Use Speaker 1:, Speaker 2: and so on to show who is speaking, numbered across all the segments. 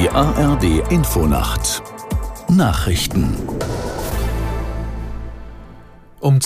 Speaker 1: Die ARD Infonacht Nachrichten
Speaker 2: um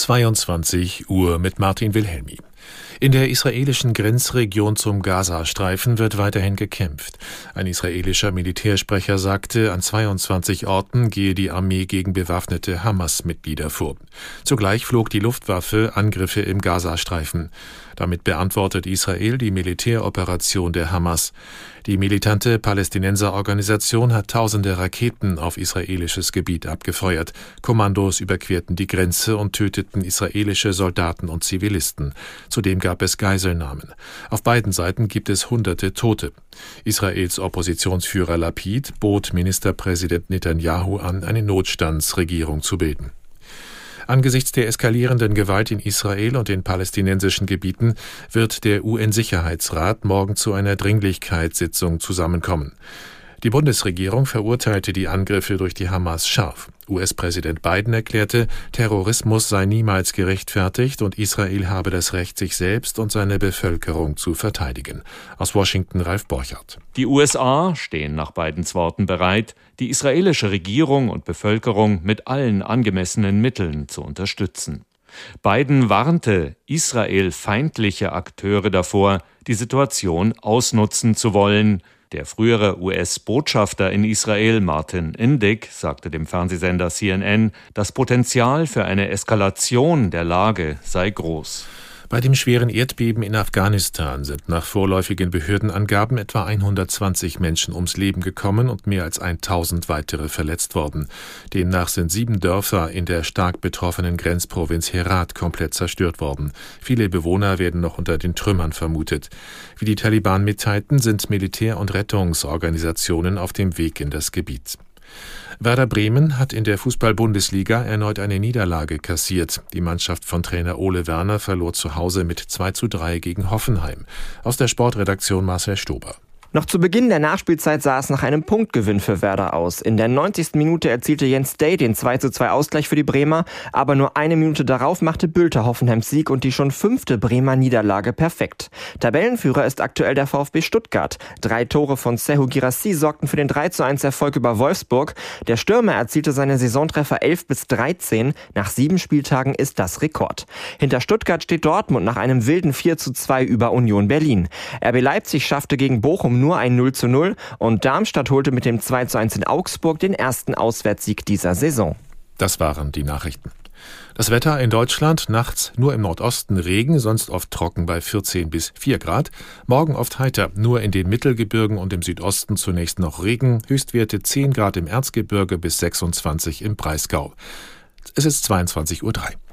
Speaker 2: 22 Uhr mit Martin Wilhelmi. In der israelischen Grenzregion zum Gazastreifen wird weiterhin gekämpft. Ein israelischer Militärsprecher sagte, an 22 Orten gehe die Armee gegen bewaffnete Hamas-Mitglieder vor. Zugleich flog die Luftwaffe Angriffe im Gazastreifen. Damit beantwortet Israel die Militäroperation der Hamas. Die militante Palästinenserorganisation hat tausende Raketen auf israelisches Gebiet abgefeuert. Kommandos überquerten die Grenze und töteten israelische Soldaten und Zivilisten. Zudem gab es Geiselnahmen. Auf beiden Seiten gibt es hunderte Tote. Israels Oppositionsführer Lapid bot Ministerpräsident Netanyahu an, eine Notstandsregierung zu bilden. Angesichts der eskalierenden Gewalt in Israel und den palästinensischen Gebieten wird der UN-Sicherheitsrat morgen zu einer Dringlichkeitssitzung zusammenkommen. Die Bundesregierung verurteilte die Angriffe durch die Hamas scharf. US-Präsident Biden erklärte, Terrorismus sei niemals gerechtfertigt und Israel habe das Recht, sich selbst und seine Bevölkerung zu verteidigen. Aus Washington Ralf Borchardt.
Speaker 3: Die USA stehen nach Bidens Worten bereit, die israelische Regierung und Bevölkerung mit allen angemessenen Mitteln zu unterstützen. Biden warnte israelfeindliche Akteure davor, die Situation ausnutzen zu wollen. Der frühere US-Botschafter in Israel, Martin Indyk, sagte dem Fernsehsender CNN, das Potenzial für eine Eskalation der Lage sei groß.
Speaker 2: Bei dem schweren Erdbeben in Afghanistan sind nach vorläufigen Behördenangaben etwa 120 Menschen ums Leben gekommen und mehr als 1000 weitere verletzt worden. Demnach sind 7 Dörfer in der stark betroffenen Grenzprovinz Herat komplett zerstört worden. Viele Bewohner werden noch unter den Trümmern vermutet. Wie die Taliban mitteilten, sind Militär- und Rettungsorganisationen auf dem Weg in das Gebiet. Werder Bremen hat in der Fußball-Bundesliga erneut eine Niederlage kassiert. Die Mannschaft von Trainer Ole Werner verlor zu Hause mit 2:3 gegen Hoffenheim. Aus der Sportredaktion Marcel Stober.
Speaker 4: Noch zu Beginn der Nachspielzeit sah es nach einem Punktgewinn für Werder aus. In der 90. Minute erzielte Jens Day den 2:2 Ausgleich für die Bremer, aber nur eine Minute darauf machte Bülter Hoffenheims Sieg und die schon 5. Bremer Niederlage perfekt. Tabellenführer ist aktuell der VfB Stuttgart. 3 Tore von Serhou Guirassy sorgten für den 3:1 Erfolg über Wolfsburg. Der Stürmer erzielte seine Saisontreffer 11 bis 13. Nach 7 Spieltagen ist das Rekord. Hinter Stuttgart steht Dortmund nach einem wilden 4:2 über Union Berlin. RB Leipzig schaffte gegen Bochum nur ein 0:0 und Darmstadt holte mit dem 2:1 in Augsburg den ersten Auswärtssieg dieser Saison.
Speaker 2: Das waren die Nachrichten. Das Wetter in Deutschland: nachts nur im Nordosten Regen, sonst oft trocken bei 14 bis 4 Grad. Morgen oft heiter, nur in den Mittelgebirgen und im Südosten zunächst noch Regen. Höchstwerte 10 Grad im Erzgebirge bis 26 im Breisgau. Es ist 22:03 Uhr.